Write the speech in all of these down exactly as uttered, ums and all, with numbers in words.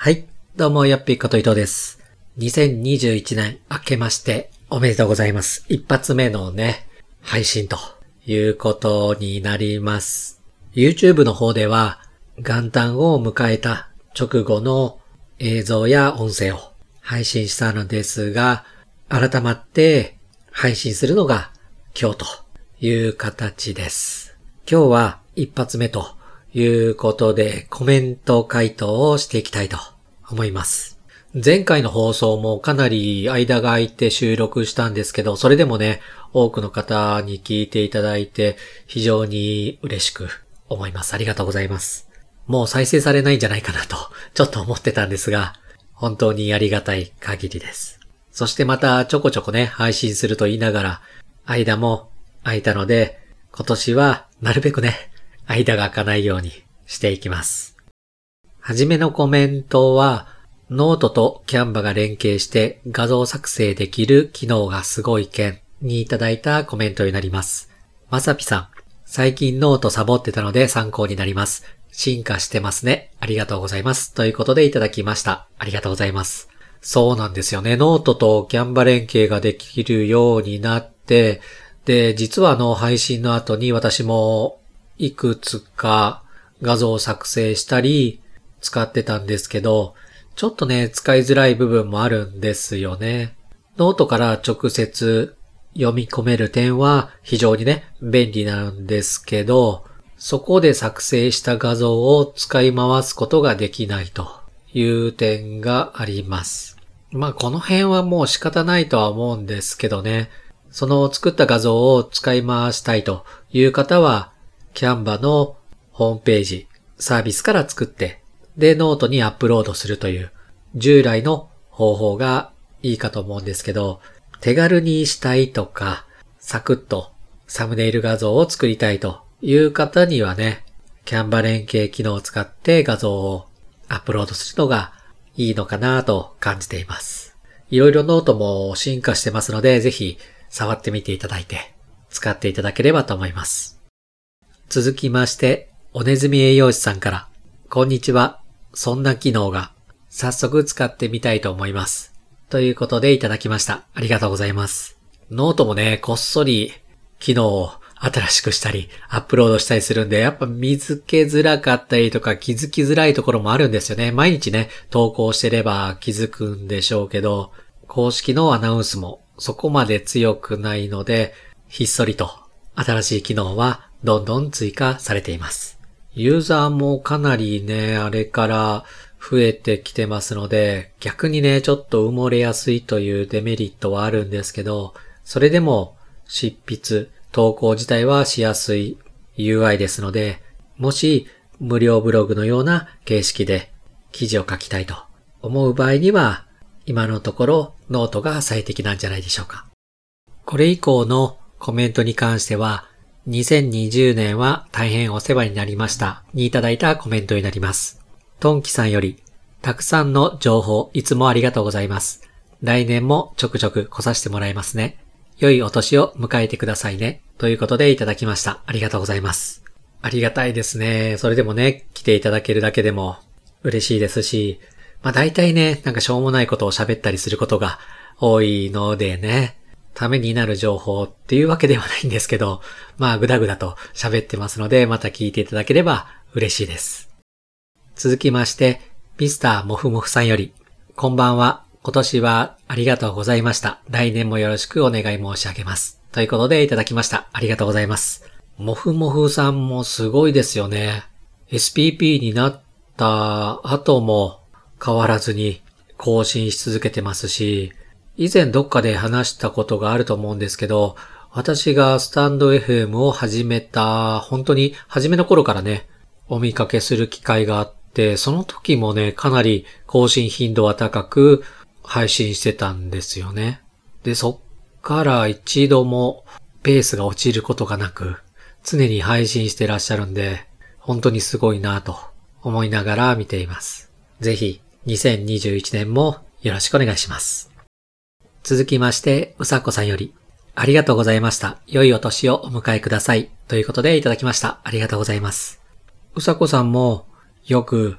はい。どうも、よっぴーこと伊藤です。にせんにじゅういちねん明けましておめでとうございます。一発目のね、配信ということになります。YouTube の方では元旦を迎えた直後の映像や音声を配信したのですが、改まって配信するのが今日という形です。今日は一発目ということでコメント回答をしていきたいと思います。前回の放送もかなり間が空いて収録したんですけど、それでもね、多くの方に聞いていただいて非常に嬉しく思います。ありがとうございます。もう再生されないんじゃないかなとちょっと思ってたんですが、本当にありがたい限りです。そしてまたちょこちょこね、配信すると言いながら間も空いたので、今年はなるべくね、間が空かないようにしていきます。はじめのコメントは、ノートとキャンバが連携して画像作成できる機能がすごい件にいただいたコメントになります。まさぴさん、最近ノートサボってたので参考になります。進化してますね。ありがとうございます。ということでいただきました。ありがとうございます。そうなんですよね。ノートとキャンバ連携ができるようになって、で、実はあの配信の後に私もいくつか画像を作成したり使ってたんですけど、ちょっとね、使いづらい部分もあるんですよね。ノートから直接読み込める点は非常にね、便利なんですけど、そこで作成した画像を使い回すことができないという点があります。まあこの辺はもう仕方ないとは思うんですけどね、その作った画像を使い回したいという方は、キャンバのホームページ、サービスから作って、で、ノートにアップロードするという従来の方法がいいかと思うんですけど、手軽にしたいとか、サクッとサムネイル画像を作りたいという方にはね、キャンバ連携機能を使って画像をアップロードするのがいいのかなと感じています。いろいろノートも進化してますので、ぜひ触ってみていただいて、使っていただければと思います。続きまして、おねずみ栄養士さんから、こんにちは。そんな機能が早速使ってみたいと思います。ということでいただきました。ありがとうございます。ノートもね、こっそり機能を新しくしたりアップロードしたりするんで、やっぱ見つけづらかったりとか気づきづらいところもあるんですよね。毎日ね、投稿してれば気づくんでしょうけど、公式のアナウンスもそこまで強くないので、ひっそりと新しい機能はどんどん追加されています。ユーザーもかなりね、あれから増えてきてますので、逆にね、ちょっと埋もれやすいというデメリットはあるんですけど、それでも執筆、投稿自体はしやすい ユーアイ ですので、もし無料ブログのような形式で記事を書きたいと思う場合には、今のところノートが最適なんじゃないでしょうか。これ以降のコメントに関しては、にせんにじゅうねんは大変お世話になりましたにいただいたコメントになります。トンキさんより、たくさんの情報いつもありがとうございます。来年もちょくちょく来させてもらいますね。良いお年を迎えてくださいね。ということでいただきました。ありがとうございます。ありがたいですね。それでもね、来ていただけるだけでも嬉しいですし、まあ大体ね、なんかしょうもないことを喋ったりすることが多いのでね、ためになる情報っていうわけではないんですけど、まあぐだぐだと喋ってますので、また聞いていただければ嬉しいです。続きまして、ミスターもふもふさんより、こんばんは。今年はありがとうございました。来年もよろしくお願い申し上げます。ということでいただきました。ありがとうございます。もふもふさんもすごいですよね。エスピーピー になった後も変わらずに更新し続けてますし、以前どっかで話したことがあると思うんですけど、私がスタンド エフエム を始めた、本当に初めの頃からね、お見かけする機会があって、その時もね、かなり更新頻度は高く配信してたんですよね。で、そっから一度もペースが落ちることがなく、常に配信してらっしゃるんで、本当にすごいなと思いながら見ています。ぜひ、にせんにじゅういちねんもよろしくお願いします。続きまして、うさこさんより、ありがとうございました。良いお年をお迎えください。ということでいただきました。ありがとうございます。うさこさんもよく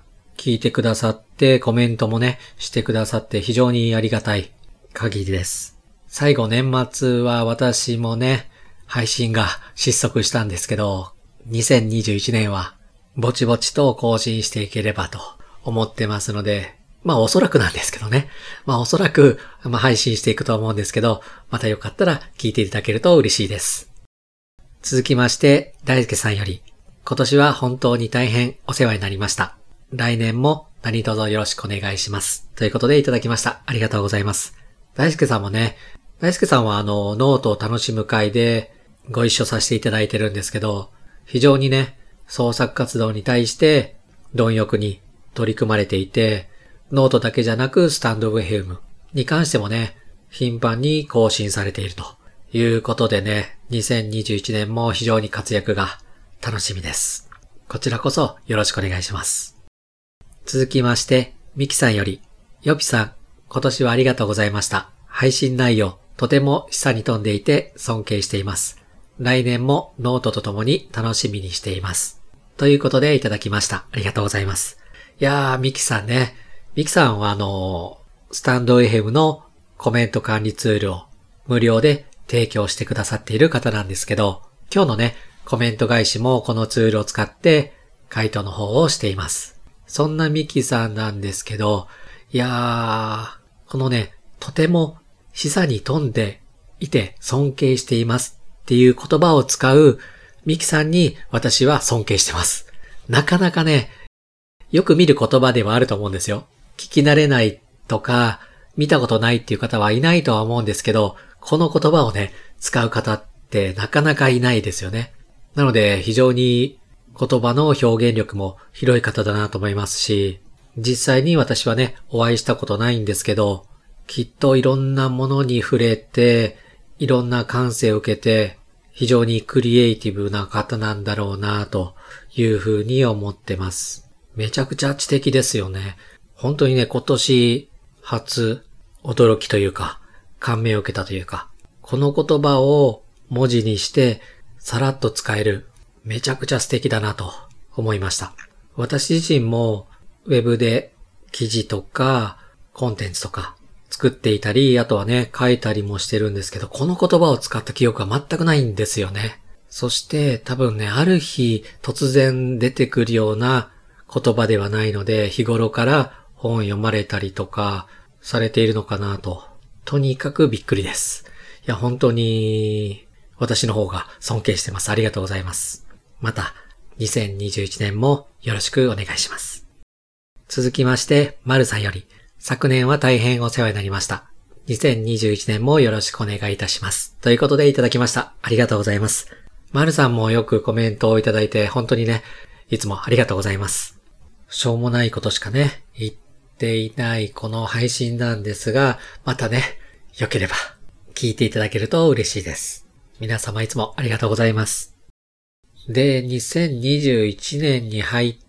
聞いてくださってコメントもね、してくださって非常にありがたい限りです。最後年末は私もね、配信が失速したんですけど、にせんにじゅういちねんはぼちぼちと更新していければと思ってますので、まあおそらくなんですけどね。まあおそらく、まあ、配信していくと思うんですけど、またよかったら聞いていただけると嬉しいです。続きまして、大輔さんより、今年は本当に大変お世話になりました。来年も何卒よろしくお願いします。ということでいただきました。ありがとうございます。大輔さんもね、大輔さんはあの、ノートを楽しむ会でご一緒させていただいてるんですけど、非常にね、創作活動に対して貪欲に取り組まれていて、ノートだけじゃなくスタンド エフエム に関してもね、頻繁に更新されているということでね、にせんにじゅういちねんも非常に活躍が楽しみです。こちらこそよろしくお願いします。続きまして、ミキさんより、ヨピさん、今年はありがとうございました。配信内容、とても示唆に富んでいて尊敬しています。来年もノートとともに楽しみにしています。ということでいただきました。ありがとうございます。いやー、ミキさんね、ミキさんはあの、スタンド エフエム のコメント管理ツールを無料で提供してくださっている方なんですけど、今日のね、コメント返しもこのツールを使って回答の方をしています。そんなミキさんなんですけど、いやー、このね、とても示唆に富んでいて尊敬していますっていう言葉を使うミキさんに私は尊敬してます。なかなかね、よく見る言葉ではあると思うんですよ。聞き慣れないとか、見たことないっていう方はいないとは思うんですけど、この言葉をね、使う方ってなかなかいないですよね。なので、非常に言葉の表現力も広い方だなと思いますし、実際に私はね、お会いしたことないんですけど、きっといろんなものに触れて、いろんな感性を受けて、非常にクリエイティブな方なんだろうなというふうに思ってます。めちゃくちゃ知的ですよね。本当にね、今年初驚きというか、感銘を受けたというか、この言葉を文字にしてさらっと使える、めちゃくちゃ素敵だなと思いました。私自身もウェブで記事とかコンテンツとか作っていたり、あとはね、書いたりもしてるんですけど、この言葉を使った記憶は全くないんですよね。そして多分ね、ある日突然出てくるような言葉ではないので、日頃から本を読まれたりとかされているのかなと。とにかくびっくりです。いや、本当に私の方が尊敬してます。ありがとうございます。また、にせんにじゅういちねんもよろしくお願いします。続きまして、まるさんより、昨年は大変お世話になりました。にせんにじゅういちねんもよろしくお願いいたします。ということでいただきました。ありがとうございます。まるさんもよくコメントをいただいて、本当にね、いつもありがとうございます。しょうもないことしかね、言っていないこの配信なんですが、またね、良ければ聞いていただけると嬉しいです。皆様いつもありがとうございます。で、にせんにじゅういちねんに入って、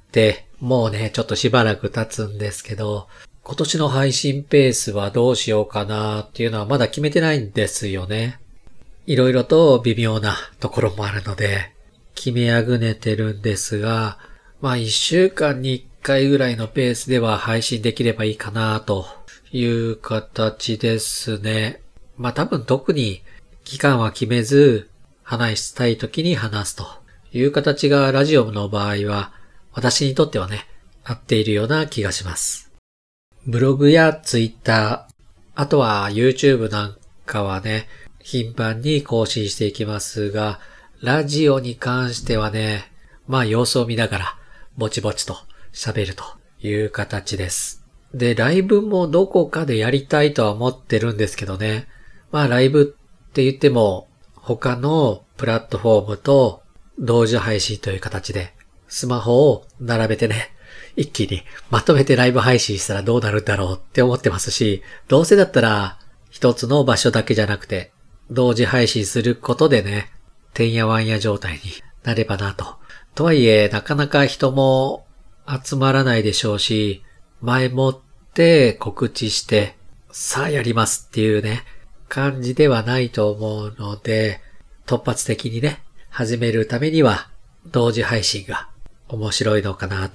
もうね、ちょっとしばらく経つんですけど、今年の配信ペースはどうしようかなっていうのはまだ決めてないんですよね。いろいろと微妙なところもあるので、決めあぐねてるんですが、まあいっしゅうかんにいっかいぐらいのペースでは配信できればいいかなという形ですね。まあ多分特に期間は決めず、話したい時に話すという形がラジオの場合は私にとってはね、合っているような気がします。ブログやツイッター、あとは YouTube なんかはね、頻繁に更新していきますが、ラジオに関してはね、まあ様子を見ながらぼちぼちと喋るという形です。で、ライブもどこかでやりたいとは思ってるんですけどね。まあライブって言っても他のプラットフォームと同時配信という形でスマホを並べてね、一気にまとめてライブ配信したらどうなるんだろうって思ってますし、どうせだったら一つの場所だけじゃなくて同時配信することでね、てんやわんや状態になればなと。とはいえ、なかなか人も集まらないでしょうし、前もって告知して、さあやりますっていうね、感じではないと思うので、突発的にね、始めるためには同時配信が面白いのかなと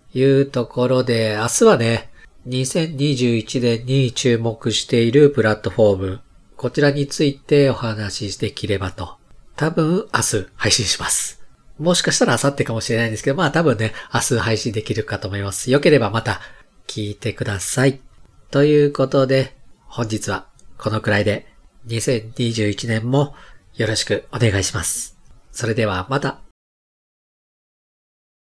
いうところで、明日はね、にせんにじゅういちねんに注目しているプラットフォーム、こちらについてお話しできればと。多分明日配信します。もしかしたら明後日かもしれないんですけど、まあ多分ね、明日配信できるかと思います。よければまた聞いてください。ということで、本日はこのくらいでにせんにじゅういちねんもよろしくお願いします。それではまた。